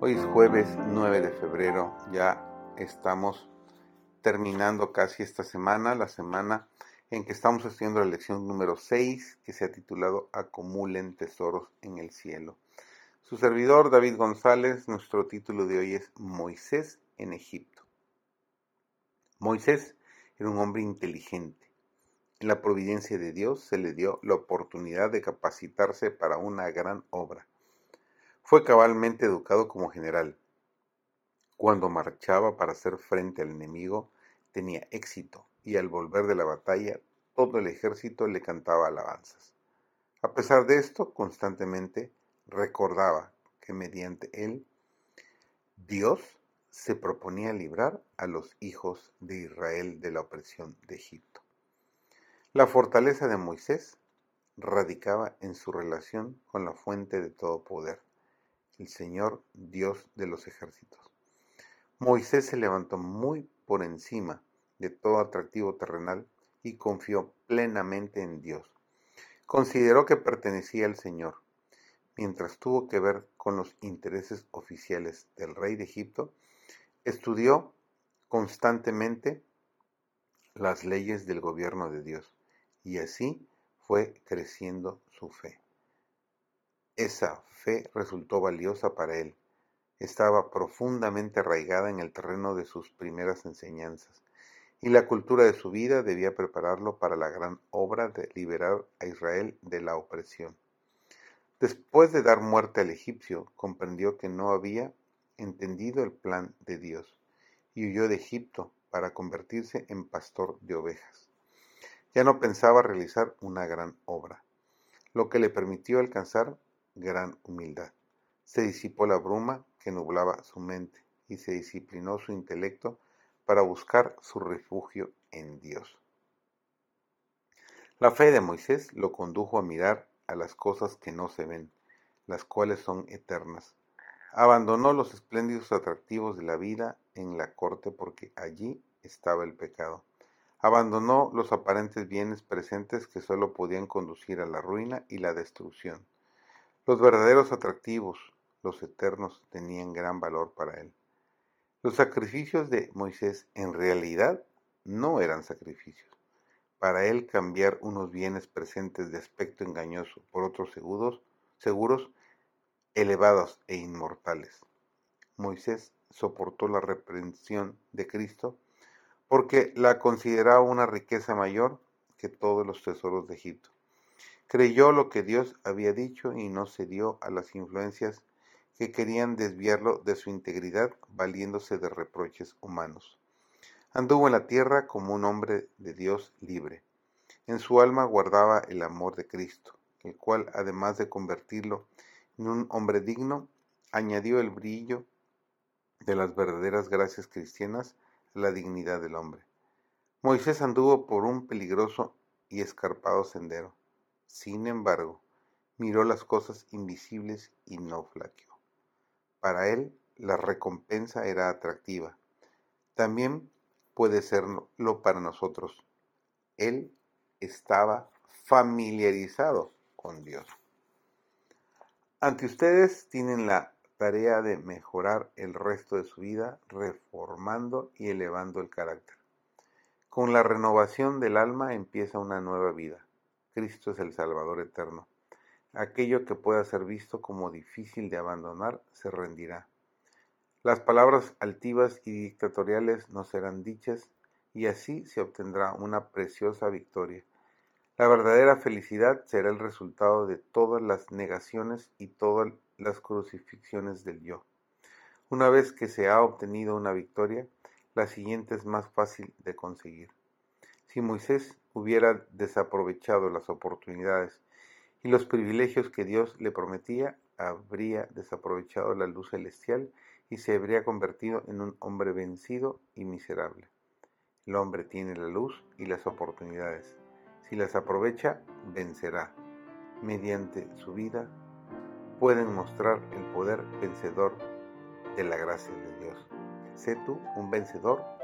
Hoy es jueves 9 de febrero, ya estamos terminando casi esta semana, la semana en que estamos haciendo la lección número 6, que se ha titulado Acumulen tesoros en el cielo. Su servidor David González, nuestro título de hoy es Moisés en Egipto. Moisés era un hombre inteligente. En la providencia de Dios se le dio la oportunidad de capacitarse para una gran obra. Fue cabalmente educado como general. Cuando marchaba para hacer frente al enemigo, tenía éxito, y al volver de la batalla, todo el ejército le cantaba alabanzas. A pesar de esto, constantemente recordaba que mediante él, Dios se proponía librar a los hijos de Israel de la opresión de Egipto. La fortaleza de Moisés radicaba en su relación con la fuente de todo poder, el Señor Dios de los ejércitos. Moisés se levantó muy por encima de todo atractivo terrenal y confió plenamente en Dios. Consideró que pertenecía al Señor. Mientras tuvo que ver con los intereses oficiales del rey de Egipto, estudió constantemente las leyes del gobierno de Dios, y así fue creciendo su fe. Esa fe resultó valiosa para él. Estaba profundamente arraigada en el terreno de sus primeras enseñanzas, y la cultura de su vida debía prepararlo para la gran obra de liberar a Israel de la opresión. Después de dar muerte al egipcio, comprendió que no había entendido el plan de Dios, y huyó de Egipto para convertirse en pastor de ovejas. Ya no pensaba realizar una gran obra, lo que le permitió alcanzar gran humildad. Se disipó la bruma que nublaba su mente y se disciplinó su intelecto para buscar su refugio en Dios. La fe de Moisés lo condujo a mirar a las cosas que no se ven, las cuales son eternas. Abandonó los espléndidos atractivos de la vida en la corte porque allí estaba el pecado. Abandonó los aparentes bienes presentes que solo podían conducir a la ruina y la destrucción. Los verdaderos atractivos, los eternos, tenían gran valor para él. Los sacrificios de Moisés en realidad no eran sacrificios. Para él cambiar unos bienes presentes de aspecto engañoso por otros seguros, elevados e inmortales. Moisés soportó la reprensión de Cristo porque la consideraba una riqueza mayor que todos los tesoros de Egipto. Creyó lo que Dios había dicho y no cedió a las influencias que querían desviarlo de su integridad valiéndose de reproches humanos. Anduvo en la tierra como un hombre de Dios libre. En su alma guardaba el amor de Cristo, el cual, además de convertirlo en un hombre digno, añadió el brillo de las verdaderas gracias cristianas a la dignidad del hombre. Moisés anduvo por un peligroso y escarpado sendero. Sin embargo, miró las cosas invisibles y no flaqueó. Para él, la recompensa era atractiva. También puede serlo para nosotros. Él estaba familiarizado con Dios. Ante ustedes tienen la tarea de mejorar el resto de su vida, reformando y elevando el carácter. Con la renovación del alma empieza una nueva vida. Cristo es el Salvador eterno. Aquello que pueda ser visto como difícil de abandonar se rendirá. Las palabras altivas y dictatoriales no serán dichas y así se obtendrá una preciosa victoria. La verdadera felicidad será el resultado de todas las negaciones y todas las crucifixiones del yo. Una vez que se ha obtenido una victoria, la siguiente es más fácil de conseguir. Si Moisés hubiera desaprovechado las oportunidades y los privilegios que Dios le prometía, habría desaprovechado la luz celestial y se habría convertido en un hombre vencido y miserable. El hombre tiene la luz y las oportunidades. Si las aprovecha, vencerá. Mediante su vida, pueden mostrar el poder vencedor de la gracia de Dios. Sé tú un vencedor